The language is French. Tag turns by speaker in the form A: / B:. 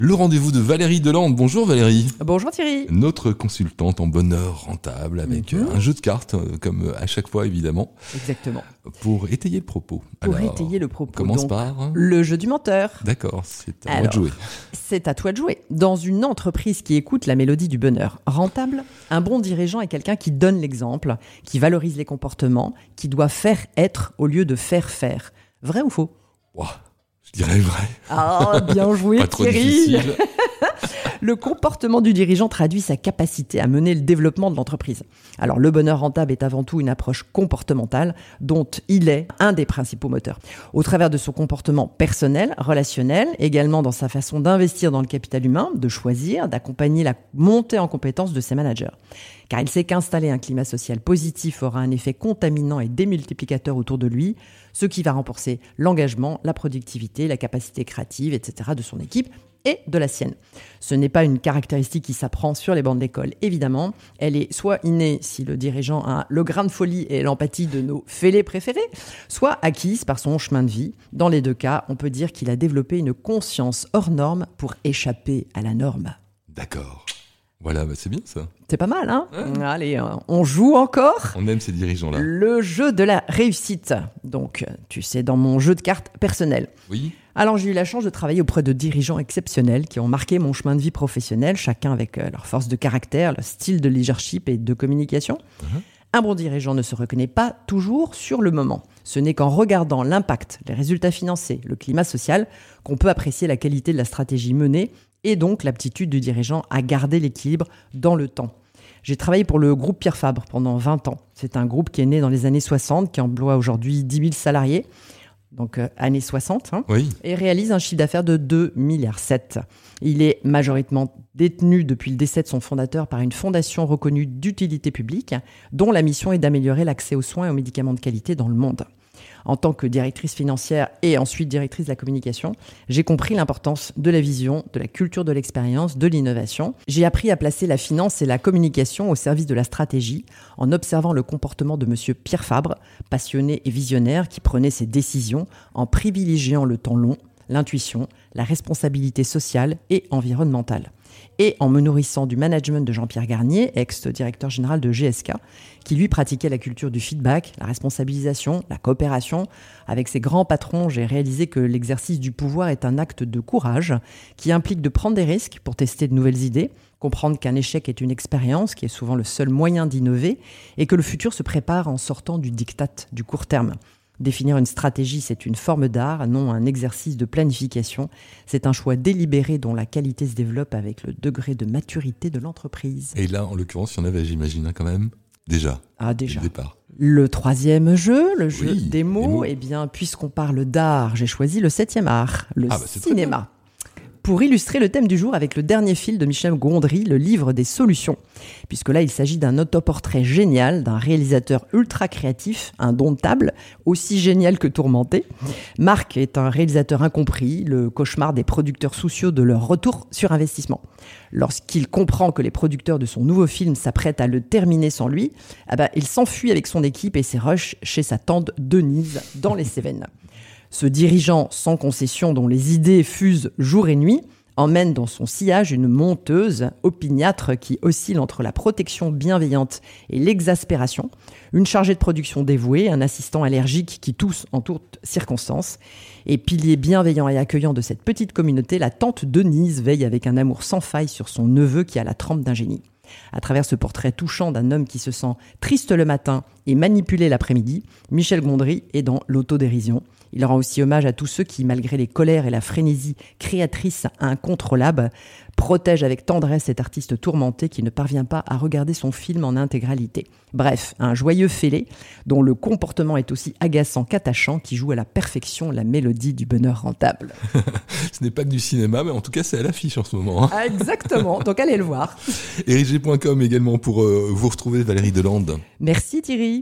A: Le rendez-vous de Valérie Delande. Bonjour Valérie.
B: Bonjour Thierry.
A: Notre consultante en bonheur rentable avec un jeu de cartes, comme à chaque fois évidemment.
B: Exactement.
A: Pour étayer le propos.
B: Étayer le propos.
A: Commence par...
B: Le jeu du menteur.
A: D'accord, c'est à moi de jouer.
B: C'est à toi de jouer. Dans une entreprise qui écoute la mélodie du bonheur rentable, un bon dirigeant est quelqu'un qui donne l'exemple, qui valorise les comportements, qui doit faire être au lieu de faire faire. Vrai ou faux ?
A: Wow. Je dirais vrai.
B: Ah, bien joué
A: Pas trop
B: Thierry.
A: difficile.
B: Le comportement du dirigeant traduit sa capacité à mener le développement de l'entreprise. Alors, le bonheur rentable est avant tout une approche comportementale dont il est un des principaux moteurs. Au travers de son comportement personnel, relationnel, également dans sa façon d'investir dans le capital humain, de choisir, d'accompagner la montée en compétences de ses managers. Car il sait qu'installer un climat social positif aura un effet contaminant et démultiplicateur autour de lui, ce qui va renforcer l'engagement, la productivité, la capacité créative, etc. de son équipe et de la sienne. Ce n'est pas une caractéristique qui s'apprend sur les bancs d'école, évidemment. Elle est soit innée si le dirigeant a le grain de folie et l'empathie de nos fêlés préférés, soit acquise par son chemin de vie. Dans les deux cas, on peut dire qu'il a développé une conscience hors norme pour échapper à la norme.
A: D'accord. Voilà, c'est bien ça.
B: C'est pas mal, hein ?
A: Ouais.
B: Allez, on joue encore.
A: On aime ces dirigeants-là.
B: Le jeu de la réussite. Donc, tu sais, dans mon jeu de cartes personnel.
A: Oui.
B: Alors, j'ai eu la chance de travailler auprès de dirigeants exceptionnels qui ont marqué mon chemin de vie professionnel, chacun avec leur force de caractère, leur style de leadership et de communication. Un bon dirigeant ne se reconnaît pas toujours sur le moment. Ce n'est qu'en regardant l'impact, les résultats financiers, le climat social, qu'on peut apprécier la qualité de la stratégie menée et donc l'aptitude du dirigeant à garder l'équilibre dans le temps. J'ai travaillé pour le groupe Pierre Fabre pendant 20 ans. C'est un groupe qui est né dans les années 60, qui emploie aujourd'hui 10 000 salariés, donc années 60,
A: Oui.
B: et réalise un chiffre d'affaires de 2,7 milliards. Il est majoritairement détenu depuis le décès de son fondateur par une fondation reconnue d'utilité publique, dont la mission est d'améliorer l'accès aux soins et aux médicaments de qualité dans le monde. En tant que directrice financière et ensuite directrice de la communication, j'ai compris l'importance de la vision, de la culture de l'expérience, de l'innovation. J'ai appris à placer la finance et la communication au service de la stratégie en observant le comportement de monsieur Pierre Fabre, passionné et visionnaire qui prenait ses décisions en privilégiant le temps long, l'intuition, la responsabilité sociale et environnementale. Et en me nourrissant du management de Jean-Pierre Garnier, ex-directeur général de GSK, qui lui pratiquait la culture du feedback, la responsabilisation, la coopération. Avec ses grands patrons, j'ai réalisé que l'exercice du pouvoir est un acte de courage qui implique de prendre des risques pour tester de nouvelles idées, comprendre qu'un échec est une expérience qui est souvent le seul moyen d'innover et que le futur se prépare en sortant du diktat du court terme. Définir une stratégie, c'est une forme d'art, non un exercice de planification. C'est un choix délibéré dont la qualité se développe avec le degré de maturité de l'entreprise.
A: Et là, en l'occurrence, il y en avait, j'imagine, quand même. Déjà.
B: Ah, déjà.
A: Dès le départ.
B: Le troisième jeu, le jeu
A: Oui,
B: des mots. Eh bien, puisqu'on parle d'art, j'ai choisi le 7e art, le
A: c'est très bien.
B: cinéma. Pour illustrer le thème du jour avec le dernier film de Michel Gondry, le livre des solutions. Puisque là, il s'agit d'un autoportrait génial d'un réalisateur ultra créatif, indomptable, aussi génial que tourmenté. Marc est un réalisateur incompris, le cauchemar des producteurs soucieux de leur retour sur investissement. Lorsqu'il comprend que les producteurs de son nouveau film s'apprêtent à le terminer sans lui, il s'enfuit avec son équipe et ses rushs chez sa tante Denise dans les Cévennes. Ce dirigeant sans concession dont les idées fusent jour et nuit emmène dans son sillage une monteuse opiniâtre qui oscille entre la protection bienveillante et l'exaspération, une chargée de production dévouée, un assistant allergique qui tousse en toutes circonstances. Et pilier bienveillant et accueillant de cette petite communauté, la tante Denise veille avec un amour sans faille sur son neveu qui a la trempe d'un génie. À travers ce portrait touchant d'un homme qui se sent triste le matin et manipulé l'après-midi, Michel Gondry est dans l'autodérision. Il rend aussi hommage à tous ceux qui, malgré les colères et la frénésie créatrice incontrôlable, protègent avec tendresse cet artiste tourmenté qui ne parvient pas à regarder son film en intégralité. Bref, un joyeux fêlé dont le comportement est aussi agaçant qu'attachant, qui joue à la perfection la mélodie du bonheur rentable.
A: Ce n'est pas que du cinéma, mais en tout cas, c'est à l'affiche en ce moment.
B: Ah, exactement, donc allez le voir.
A: Erigé.com également pour vous retrouver, Valérie Delande.
B: Merci Thierry.